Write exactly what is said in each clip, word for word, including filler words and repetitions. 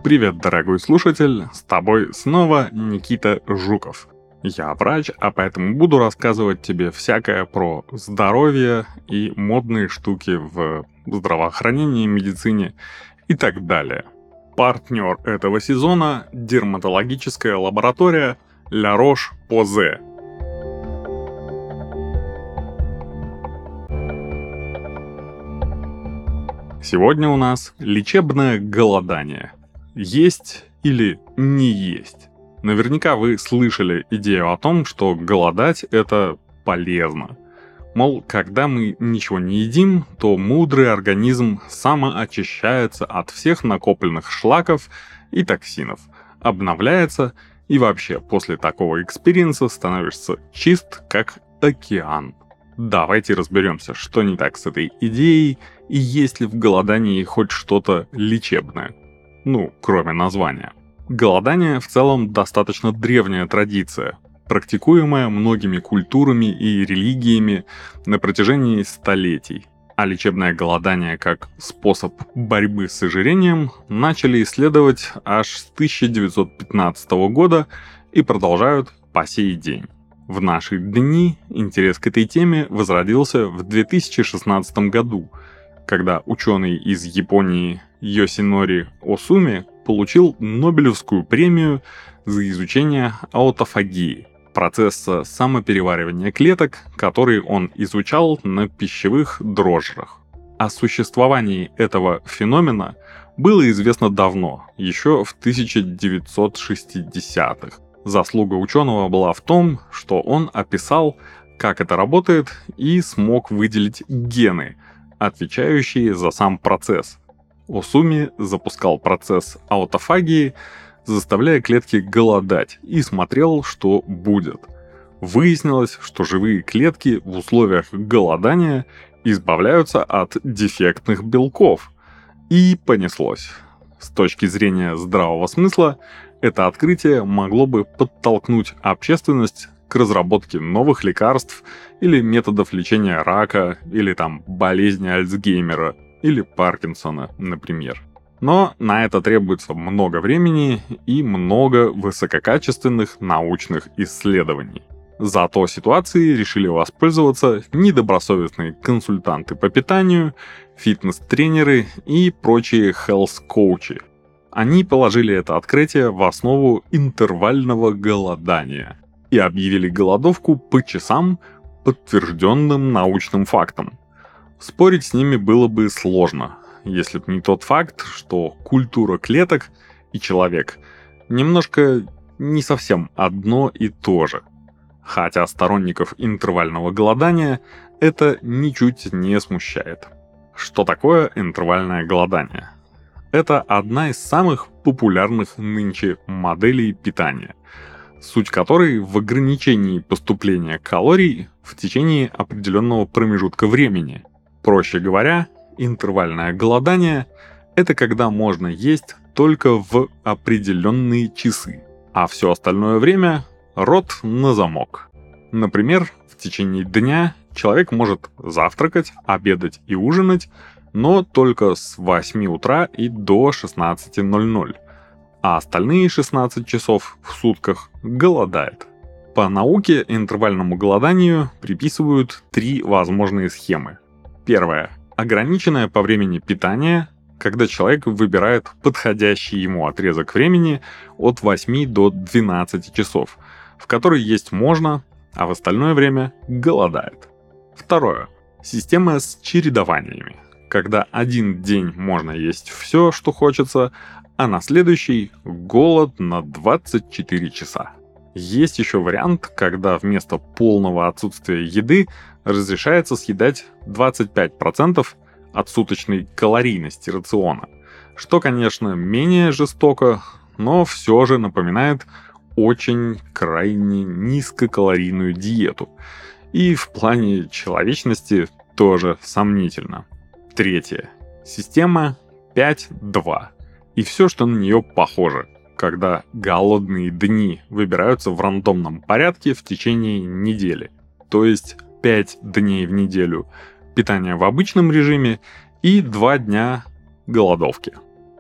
Привет, дорогой слушатель, с тобой снова Никита Жуков. Я врач, а поэтому буду рассказывать тебе всякое про здоровье и модные штуки в здравоохранении, медицине и так далее. Партнер этого сезона – дерматологическая лаборатория Ля Рош-Позе. Сегодня у нас лечебное голодание. Есть или не есть? Наверняка вы слышали идею о том, что голодать – это полезно. Мол, когда мы ничего не едим, то мудрый организм самоочищается от всех накопленных шлаков и токсинов, обновляется и вообще после такого экспириенса становишься чист, как океан. Давайте разберемся, что не так с этой идеей и есть ли в голодании хоть что-то лечебное. Ну, кроме названия. Голодание в целом достаточно древняя традиция, практикуемая многими культурами и религиями на протяжении столетий. А лечебное голодание как способ борьбы с ожирением начали исследовать аж с тысяча девятьсот пятнадцатого года и продолжают по сей день. В наши дни интерес к этой теме возродился в две тысячи шестнадцатом году, когда ученый из Японии Йосинори Осуми получил Нобелевскую премию за изучение аутофагии, процесса самопереваривания клеток, который он изучал на пищевых дрожжах. О существовании этого феномена было известно давно, еще в тысяча девятьсот шестидесятых. Заслуга ученого была в том, что он описал, как это работает, и смог выделить гены, отвечающие за сам процесс. Осуми запускал процесс аутофагии, заставляя клетки голодать, и смотрел, что будет. Выяснилось, что живые клетки в условиях голодания избавляются от дефектных белков. И понеслось. С точки зрения здравого смысла, это открытие могло бы подтолкнуть общественность к разработке новых лекарств или методов лечения рака, или там болезни Альцгеймера, или Паркинсона, например. Но на это требуется много времени и много высококачественных научных исследований. Зато ситуацией решили воспользоваться недобросовестные консультанты по питанию, фитнес-тренеры и прочие health-коучи. Они положили это открытие в основу интервального голодания и объявили голодовку по часам, подтвержденным научным фактом. Спорить с ними было бы сложно, если бы не тот факт, что культура клеток и человек немножко не совсем одно и то же. Хотя сторонников интервального голодания это ничуть не смущает. Что такое интервальное голодание? Это одна из самых популярных нынче моделей питания, суть которой в ограничении поступления калорий в течение определенного промежутка времени. Проще говоря, интервальное голодание – это когда можно есть только в определенные часы, а все остальное время – рот на замок. Например, в течение дня человек может завтракать, обедать и ужинать, но только с восьми утра и до шестнадцати ноль-ноль, а остальные шестнадцать часов в сутках голодает. По науке интервальному голоданию приписывают три возможные схемы. Первое. Ограниченное по времени питание, когда человек выбирает подходящий ему отрезок времени от восьми до двенадцати часов, в который есть можно, а в остальное время голодает. Второе. Система с чередованиями, когда один день можно есть все, что хочется, а на следующий голод на двадцать четыре часа. Есть еще вариант, когда вместо полного отсутствия еды разрешается съедать двадцать пять процентов от суточной калорийности рациона, что, конечно, менее жестоко, но все же напоминает очень крайне низкокалорийную диету, и в плане человечности тоже сомнительно. Третье. Система пять два. И все, что на нее похоже, когда голодные дни выбираются в рандомном порядке в течение недели. То есть пять дней в неделю питания в обычном режиме и два дня голодовки.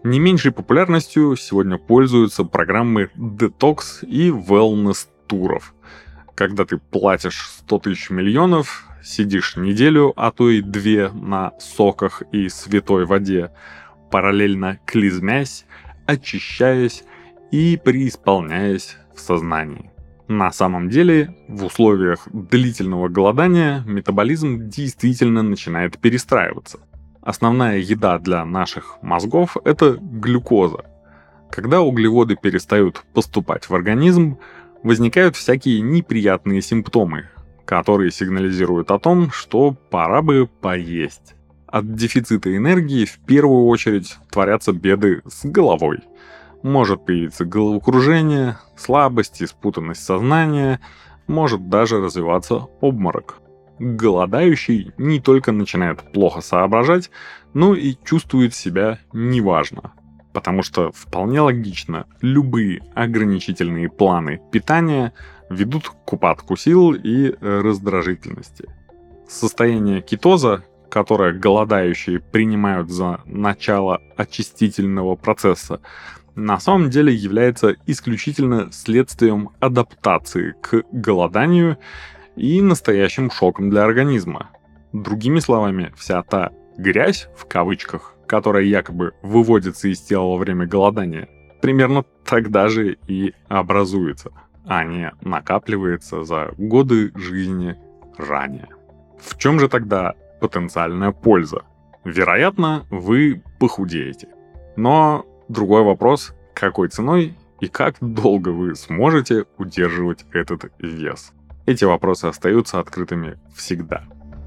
Не меньшей популярностью сегодня пользуются программы детокс и wellness-туров. Когда ты платишь сто тысяч миллионов, сидишь неделю, а то и две на соках и святой воде, параллельно клизмясь, очищаясь и преисполняясь в сознании. На самом деле, в условиях длительного голодания метаболизм действительно начинает перестраиваться. Основная еда для наших мозгов – это глюкоза. Когда углеводы перестают поступать в организм, возникают всякие неприятные симптомы, которые сигнализируют о том, что пора бы поесть. От дефицита энергии в первую очередь творятся беды с головой. Может появиться головокружение, слабость и спутанность сознания, может даже развиваться обморок. Голодающий не только начинает плохо соображать, но и чувствует себя неважно. Потому что вполне логично, любые ограничительные планы питания ведут к упадку сил и раздражительности. Состояние кетоза, которое голодающие принимают за начало очистительного процесса, на самом деле является исключительно следствием адаптации к голоданию и настоящим шоком для организма. Другими словами, вся та «грязь», в кавычках, которая якобы выводится из тела во время голодания, примерно тогда же и образуется, а не накапливается за годы жизни ранее. В чем же тогда потенциальная польза? Вероятно, вы похудеете. Но другой вопрос, какой ценой и как долго вы сможете удерживать этот вес? Эти вопросы остаются открытыми всегда.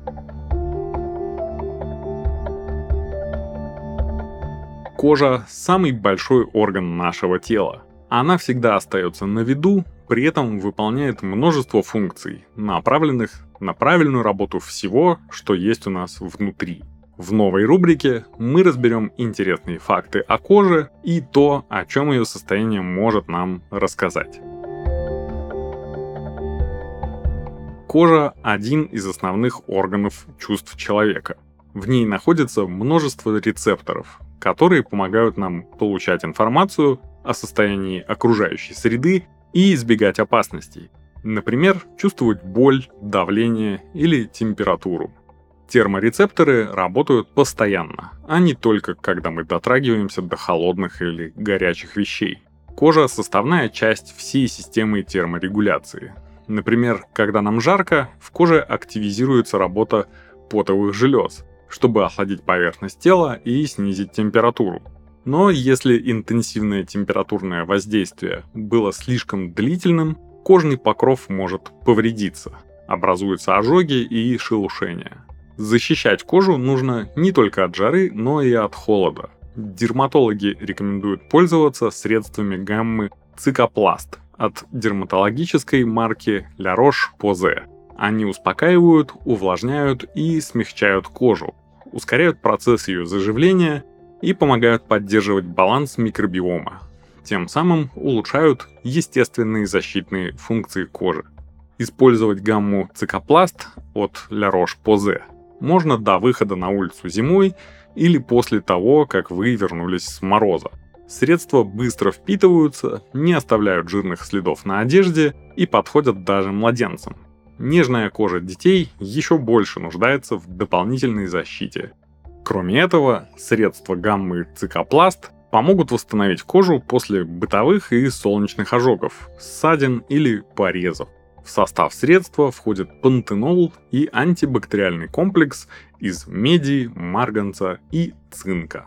Кожа – самый большой орган нашего тела. Она всегда остается на виду, при этом выполняет множество функций, направленных на правильную работу всего, что есть у нас внутри. В новой рубрике мы разберем интересные факты о коже и то, о чем ее состояние может нам рассказать. Кожа – один из основных органов чувств человека. В ней находится множество рецепторов, которые помогают нам получать информацию о состоянии окружающей среды и избегать опасностей. Например, чувствовать боль, давление или температуру. Терморецепторы работают постоянно, а не только когда мы дотрагиваемся до холодных или горячих вещей. Кожа – составная часть всей системы терморегуляции. Например, когда нам жарко, в коже активизируется работа потовых желез, чтобы охладить поверхность тела и снизить температуру. Но если интенсивное температурное воздействие было слишком длительным, кожный покров может повредиться, образуются ожоги и шелушения. Защищать кожу нужно не только от жары, но и от холода. Дерматологи рекомендуют пользоваться средствами гаммы Cicaplast от дерматологической марки La Roche-Posay. Они успокаивают, увлажняют и смягчают кожу, ускоряют процесс ее заживления и помогают поддерживать баланс микробиома. Тем самым улучшают естественные защитные функции кожи. Использовать гамму Cicaplast от La Roche-Posay можно до выхода на улицу зимой или после того, как вы вернулись с мороза. Средства быстро впитываются, не оставляют жирных следов на одежде и подходят даже младенцам. Нежная кожа детей еще больше нуждается в дополнительной защите. Кроме этого, средства гаммы Cicaplast помогут восстановить кожу после бытовых и солнечных ожогов, ссадин или порезов. В состав средства входит пантенол и антибактериальный комплекс из меди, марганца и цинка.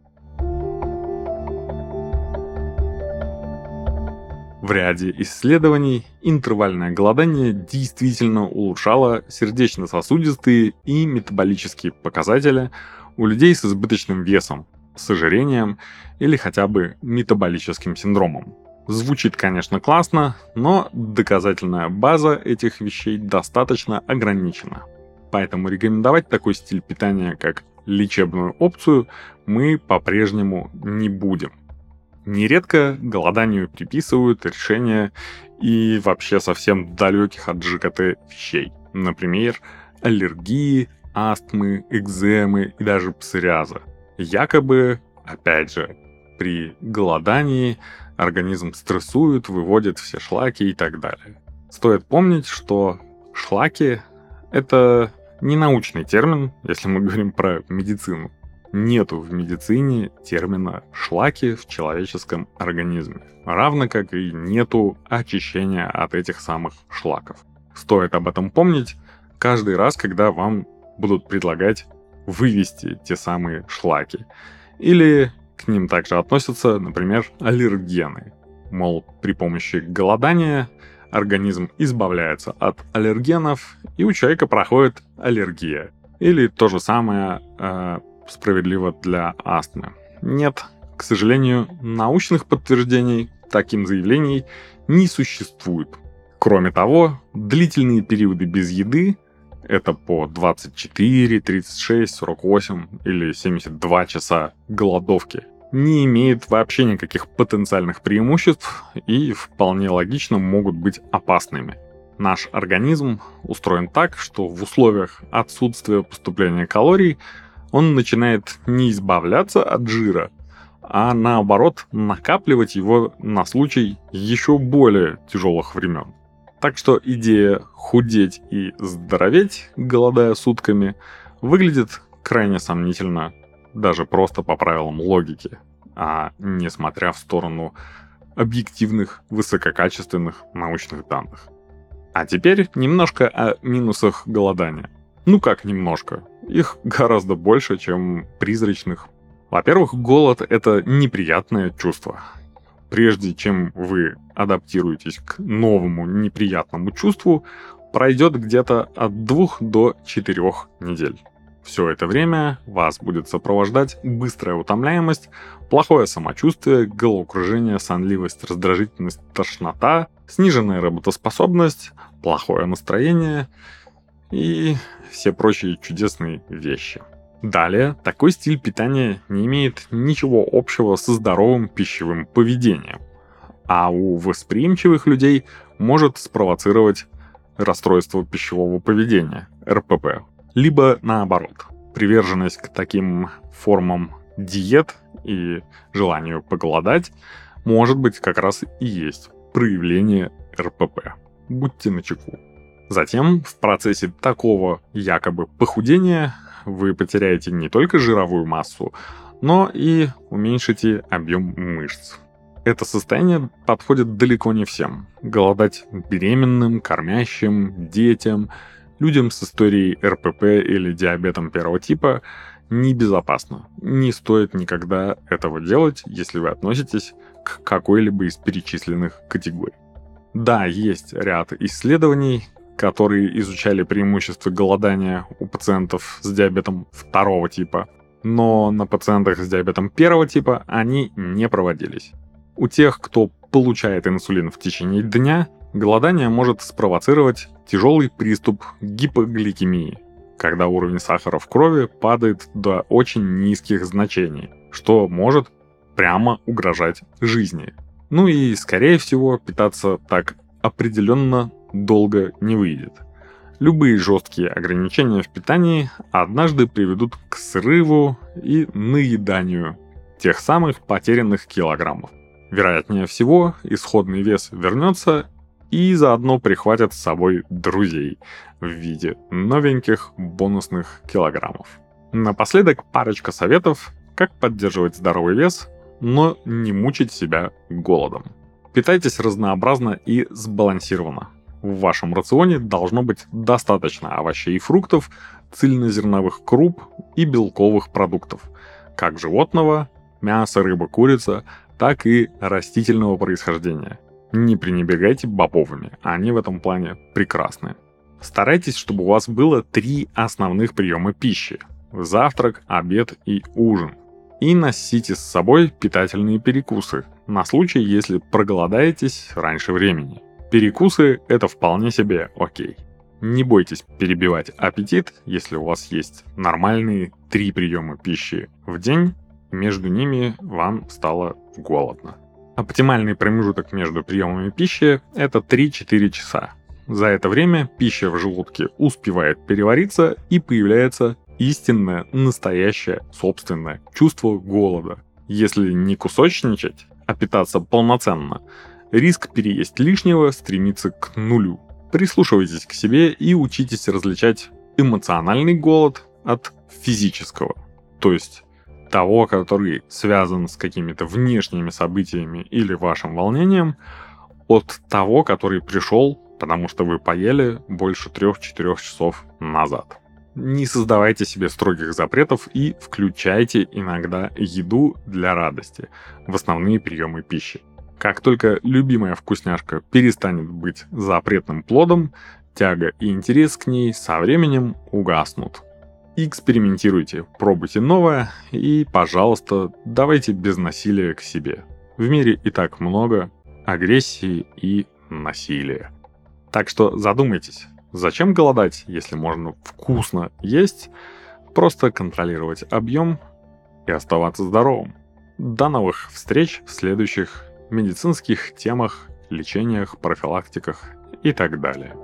В ряде исследований интервальное голодание действительно улучшало сердечно-сосудистые и метаболические показатели у людей с избыточным весом, с ожирением или хотя бы метаболическим синдромом. Звучит, конечно, классно, но доказательная база этих вещей достаточно ограничена. Поэтому рекомендовать такой стиль питания, как лечебную опцию, мы по-прежнему не будем. Нередко голоданию приписывают решения и вообще совсем далеких от ЖКТ вещей. Например, аллергии, астмы, экземы и даже псориаза. Якобы, опять же, при голодании организм стрессует, выводит все шлаки и так далее. Стоит помнить, что шлаки — это не научный термин, если мы говорим про медицину. Нету в медицине термина «шлаки» в человеческом организме, равно как и нету очищения от этих самых шлаков. Стоит об этом помнить каждый раз, когда вам будут предлагать вывести те самые шлаки. Или к ним также относятся, например, аллергены. Мол, при помощи голодания организм избавляется от аллергенов, и у человека проходит аллергия. Или то же самое э, справедливо для астмы. Нет, к сожалению, научных подтверждений таким заявлений не существует. Кроме того, длительные периоды без еды, это по двадцать четыре, тридцать шесть, сорок восемь или семьдесят два часа голодовки, не имеют вообще никаких потенциальных преимуществ и вполне логично могут быть опасными. Наш организм устроен так, что в условиях отсутствия поступления калорий он начинает не избавляться от жира, а наоборот накапливать его на случай еще более тяжелых времен. Так что идея худеть и здороветь, голодая сутками, выглядит крайне сомнительно, даже просто по правилам логики, а не смотря в сторону объективных, высококачественных научных данных. А теперь немножко о минусах голодания. Ну как немножко? Их гораздо больше, чем призрачных. Во-первых, голод — это неприятное чувство. Прежде чем вы адаптируетесь к новому неприятному чувству, пройдет где-то от двух до четырех недель. Все это время вас будет сопровождать быстрая утомляемость, плохое самочувствие, головокружение, сонливость, раздражительность, тошнота, сниженная работоспособность, плохое настроение и все прочие чудесные вещи. Далее, такой стиль питания не имеет ничего общего со здоровым пищевым поведением, а у восприимчивых людей может спровоцировать расстройство пищевого поведения, эр пэ пэ. Либо наоборот, приверженность к таким формам диет и желанию поголодать может быть как раз и есть проявление эр пэ пэ. Будьте начеку. Затем в процессе такого якобы похудения вы потеряете не только жировую массу, но и уменьшите объем мышц. Это состояние подходит далеко не всем. Голодать беременным, кормящим, детям, людям с историей эр пэ пэ или диабетом первого типа небезопасно. Не стоит никогда этого делать, если вы относитесь к какой-либо из перечисленных категорий. Да, есть ряд исследований, которые изучали преимущества голодания у пациентов с диабетом второго типа, но на пациентах с диабетом первого типа они не проводились. У тех, кто получает инсулин в течение дня, голодание может спровоцировать тяжелый приступ гипогликемии, когда уровень сахара в крови падает до очень низких значений, что может прямо угрожать жизни. Ну и, скорее всего, питаться так определенно долго не выйдет. Любые жесткие ограничения в питании однажды приведут к срыву и наеданию тех самых потерянных килограммов. Вероятнее всего, исходный вес вернется и заодно прихватят с собой друзей в виде новеньких бонусных килограммов. Напоследок парочка советов, как поддерживать здоровый вес, но не мучить себя голодом. Питайтесь разнообразно и сбалансированно. В вашем рационе должно быть достаточно овощей и фруктов, цельнозерновых круп и белковых продуктов, как животного, мяса, рыба, курица, так и растительного происхождения. Не пренебрегайте бобовыми, они в этом плане прекрасны. Старайтесь, чтобы у вас было три основных приема пищи – завтрак, обед и ужин. И носите с собой питательные перекусы, на случай, если проголодаетесь раньше времени. Перекусы – это вполне себе окей. Не бойтесь перебивать аппетит, если у вас есть нормальные три приема пищи в день, между ними вам стало голодно. Оптимальный промежуток между приемами пищи – это три-четыре часа. За это время пища в желудке успевает перевариться и появляется истинное, настоящее, собственное чувство голода. Если не кусочничать, а питаться полноценно, риск переесть лишнего стремится к нулю. Прислушивайтесь к себе и учитесь различать эмоциональный голод от физического. То есть того, который связан с какими-то внешними событиями или вашим волнением, от того, который пришел, потому что вы поели больше трех-четырех часов назад. Не создавайте себе строгих запретов и включайте иногда еду для радости в основные приемы пищи. Как только любимая вкусняшка перестанет быть запретным плодом, тяга и интерес к ней со временем угаснут. Экспериментируйте, пробуйте новое и, пожалуйста, давайте без насилия к себе. В мире и так много агрессии и насилия. Так что задумайтесь, зачем голодать, если можно вкусно есть, просто контролировать объем и оставаться здоровым. До новых встреч в следующих медицинских темах, лечениях, профилактиках и так далее.